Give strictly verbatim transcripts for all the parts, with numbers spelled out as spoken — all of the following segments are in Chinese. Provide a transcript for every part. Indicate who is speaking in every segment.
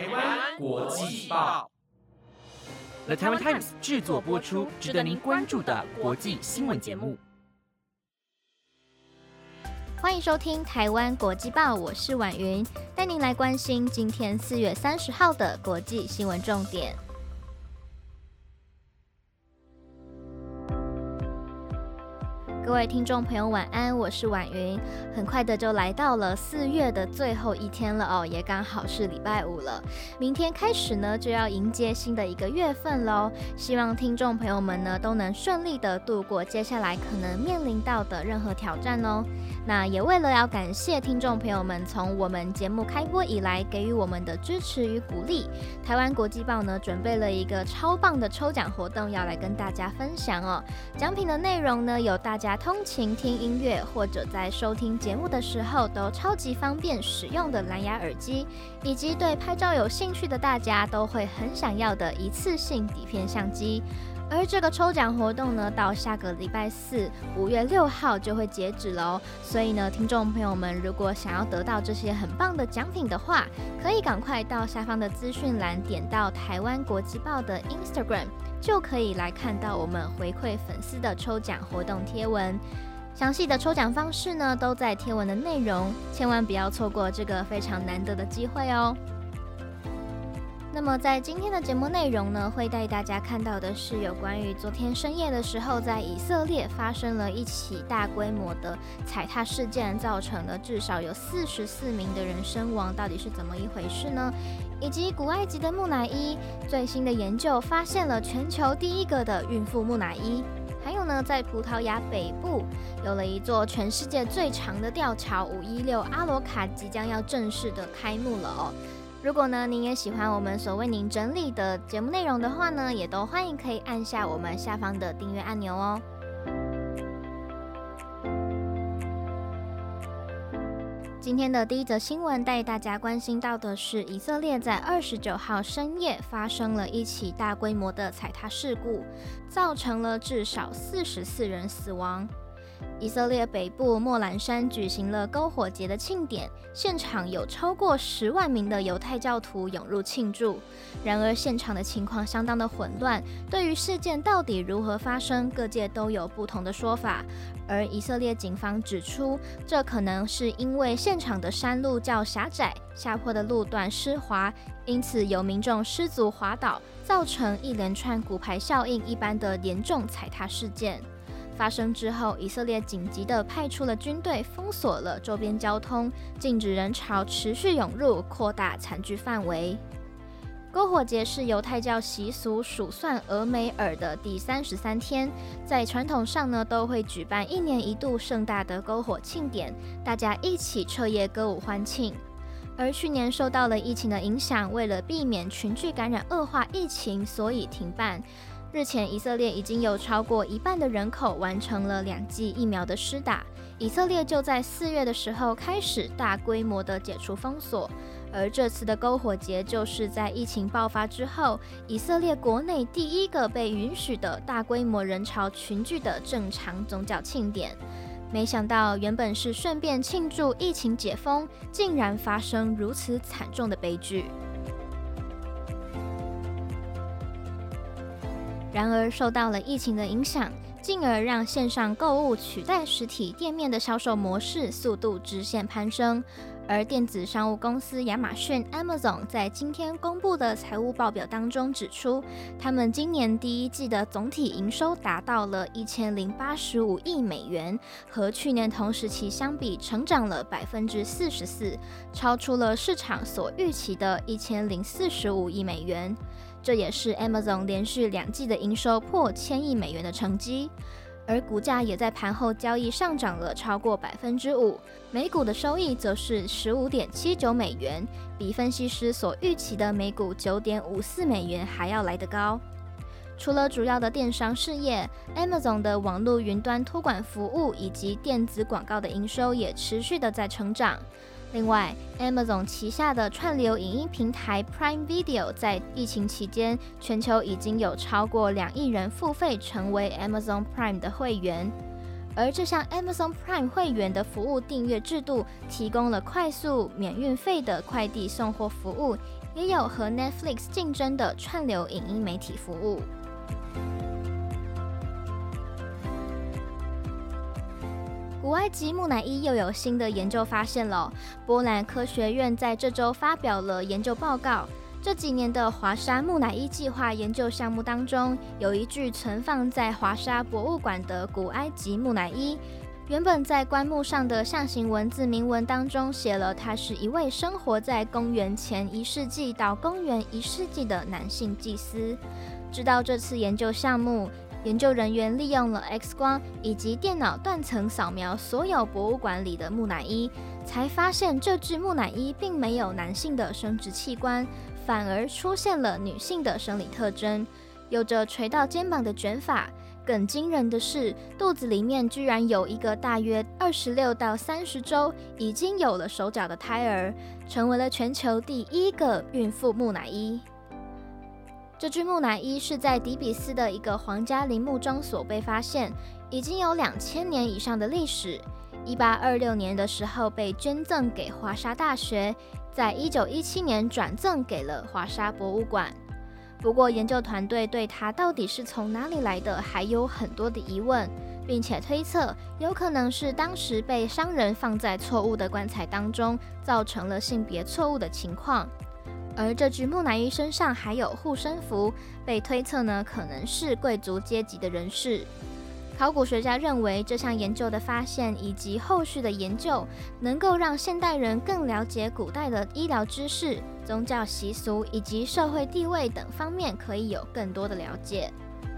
Speaker 1: 台湾国际报
Speaker 2: The Taiwan Times 制作播出，值得您关注的国际新闻节目。
Speaker 3: 欢迎收听台湾国际报，我是婉云，带您来关心今天四月三十号的国际新闻重点。各位听众朋友晚安，我是婉云。很快的就来到了四月的最后一天了哦，也刚好是礼拜五了。明天开始呢，就要迎接新的一个月份喽。希望听众朋友们呢都能顺利的度过接下来可能面临到的任何挑战哦。那也为了要感谢听众朋友们从我们节目开播以来给予我们的支持与鼓励，台湾国际报呢准备了一个超棒的抽奖活动要来跟大家分享哦。奖品的内容呢有大家通勤听音乐或者在收听节目的时候都超级方便使用的蓝牙耳机，以及对拍照有兴趣的大家都会很想要的一次性底片相机。而这个抽奖活动呢，到下个礼拜四五月六号就会截止了哦。所以呢，听众朋友们如果想要得到这些很棒的奖品的话，可以赶快到下方的资讯栏点到台湾国际报的 Instagram， 就可以来看到我们回馈粉丝的抽奖活动贴文。详细的抽奖方式呢，都在贴文的内容，千万不要错过这个非常难得的机会哦。那么在今天的节目内容呢，会带大家看到的是有关于昨天深夜的时候，在以色列发生了一起大规模的踩踏事件，造成了至少有四十四名的人身亡，到底是怎么一回事呢？以及古埃及的木乃伊最新的研究发现了全球第一个的孕妇木乃伊。还有呢，在葡萄牙北部有了一座全世界最长的吊桥五一六阿罗卡即将要正式的开幕了哦。如果呢您也喜欢我们所为您整理的节目内容的话呢，也都欢迎可以按下我们下方的订阅按钮哦。今天的第一则新闻带大家关心到的是，以色列在二十九号深夜发生了一起大规模的踩踏事故，造成了至少四十四人死亡。以色列北部莫兰山举行了篝火节的庆典，现场有超过十万名的犹太教徒涌入庆祝。然而现场的情况相当的混乱，对于事件到底如何发生，各界都有不同的说法。而以色列警方指出，这可能是因为现场的山路较狭窄，下坡的路段湿滑，因此有民众失足滑倒，造成一连串骨牌效应一般的严重踩踏事件。发生之后，以色列紧急地派出了军队，封锁了周边交通，禁止人潮持续涌入，扩大惨剧范围。篝火节是犹太教习俗数算俄梅尔的第三十三天，在传统上呢，都会举办一年一度盛大的篝火庆典，大家一起彻夜歌舞欢庆。而去年受到了疫情的影响，为了避免群聚感染恶化疫情，所以停办。日前，以色列已经有超过一半的人口完成了两剂疫苗的施打。以色列就在四月的时候开始大规模的解除封锁，而这次的篝火节就是在疫情爆发之后，以色列国内第一个被允许的大规模人潮群聚的正常宗教庆典。没想到，原本是顺便庆祝疫情解封，竟然发生如此惨重的悲剧。然而，受到了疫情的影响，进而让线上购物取代实体店面的销售模式速度直线攀升。而电子商务公司亚马逊 Amazon 在今天公布的财务报表当中指出，他们今年第一季的总体营收达到了一千零八十五亿美元，和去年同时期相比成长了百分之四十四，超出了市场所预期的一千零四十五亿美元。这也是 Amazon 连续两季的营收破千亿美元的成绩，而股价也在盘后交易上涨了超过百分之五，每股的收益则是十五点七九美元，比分析师所预期的每股九点五四美元还要来得高。除了主要的电商事业 ，Amazon 的网络云端托管服务以及电子广告的营收也持续的在成长。另外 ，Amazon 旗下的串流影音平台 Prime Video 在疫情期间，全球已经有超过两亿人付费成为 Amazon Prime 的会员。 而这项 Amazon Prime 会员的服务订阅制度，提供了快速免运费的快递送货服务，也有和 Netflix 竞争的串流影音媒体服务。古埃及木乃伊又有新的研究发现了，波兰科学院在这周发表了研究报告。这几年的华沙木乃伊计划研究项目当中，有一具存放在华沙博物馆的古埃及木乃伊，原本在棺木上的象形文字铭文当中写了，他是一位生活在公元前一世纪到公元一世纪的男性祭司。直到这次研究项目，研究人员利用了 X 光以及电脑断层扫描所有博物馆里的木乃伊，才发现这具木乃伊并没有男性的生殖器官，反而出现了女性的生理特征，有着垂到肩膀的卷发。更惊人的是，肚子里面居然有一个大约二十六到三十周已经有了手脚的胎儿，成为了全球第一个孕妇木乃伊。这具木乃伊是在底比斯的一个皇家陵墓中所被发现，已经有两千年以上的历史。一八二六年的时候被捐赠给华沙大学，在一九一七年转赠给了华沙博物馆。不过，研究团队对它到底是从哪里来的还有很多的疑问，并且推测有可能是当时被商人放在错误的棺材当中，造成了性别错误的情况。而这具木乃伊身上还有护身符，被推测呢可能是贵族阶级的人士。考古学家认为，这项研究的发现以及后续的研究，能够让现代人更了解古代的医疗知识、宗教习俗以及社会地位等方面，可以有更多的了解。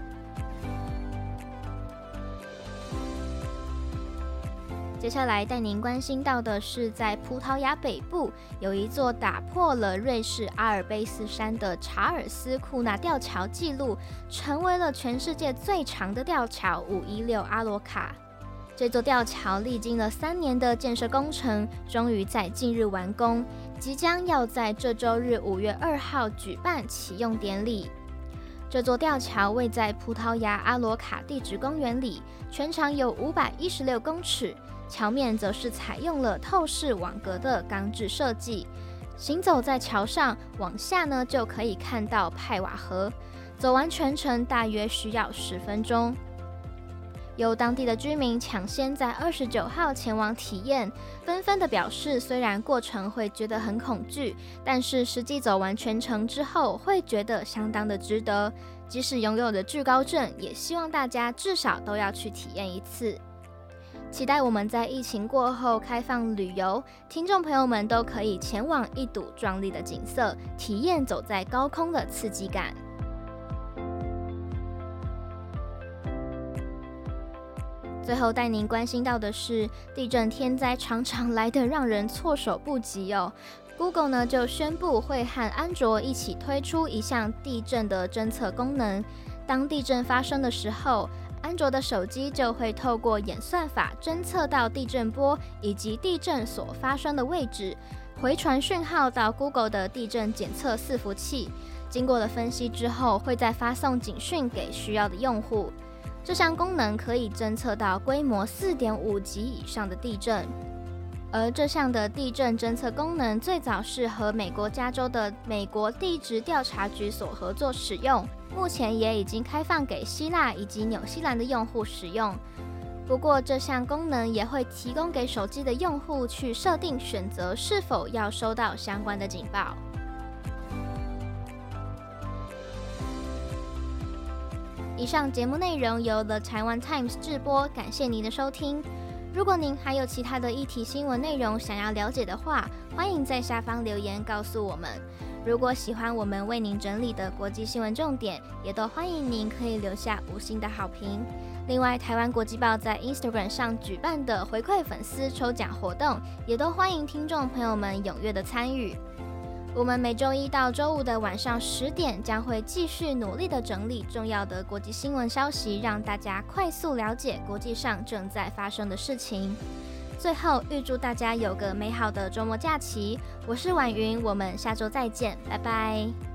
Speaker 3: 接下来带您关心到的是，在葡萄牙北部有一座打破了瑞士阿尔卑斯山的查尔斯库纳吊桥纪录，成为了全世界最长的吊桥五一六阿罗卡。这座吊桥历经了三年的建设工程，终于在近日完工，即将要在这周日五月二号举办启用典礼。这座吊桥位在葡萄牙阿罗卡地质公园里，全长有五百一十六公尺，桥面则是采用了透视网格的钢制设计。行走在桥上，往下呢就可以看到派瓦河，走完全程大约需要十分钟。有当地的居民抢先在二十九号前往体验，纷纷的表示，虽然过程会觉得很恐惧，但是实际走完全程之后，会觉得相当的值得。即使拥有着惧高症，也希望大家至少都要去体验一次。期待我们在疫情过后开放旅游，听众朋友们都可以前往一睹壮丽的景色，体验走在高空的刺激感。最后带您关心到的是，地震天灾常常来得让人措手不及哦。Google 呢就宣布会和安卓一起推出一项地震的侦测功能。当地震发生的时候，安卓的手机就会透过演算法侦测到地震波以及地震所发生的位置，回传讯号到 Google 的地震检测伺服器。经过了分析之后，会再发送警讯给需要的用户。这项功能可以侦测到规模 四点五 级以上的地震，而这项的地震侦测功能最早是和美国加州的美国地质调查局所合作使用，目前也已经开放给希腊以及纽西兰的用户使用。不过，这项功能也会提供给手机的用户去设定选择是否要收到相关的警报。以上节目内容由 The Taiwan Times 制播，感谢您的收听。如果您还有其他的议题新闻内容想要了解的话，欢迎在下方留言告诉我们。如果喜欢我们为您整理的国际新闻重点，也都欢迎您可以留下五星的好评。另外，台湾国际报在 Instagram 上举办的回馈粉丝抽奖活动，也都欢迎听众朋友们踊跃的参与。我们每周一到周五的晚上十点将会继续努力的整理重要的国际新闻消息，让大家快速了解国际上正在发生的事情。最后，预祝大家有个美好的周末假期。我是婉云，我们下周再见，拜拜。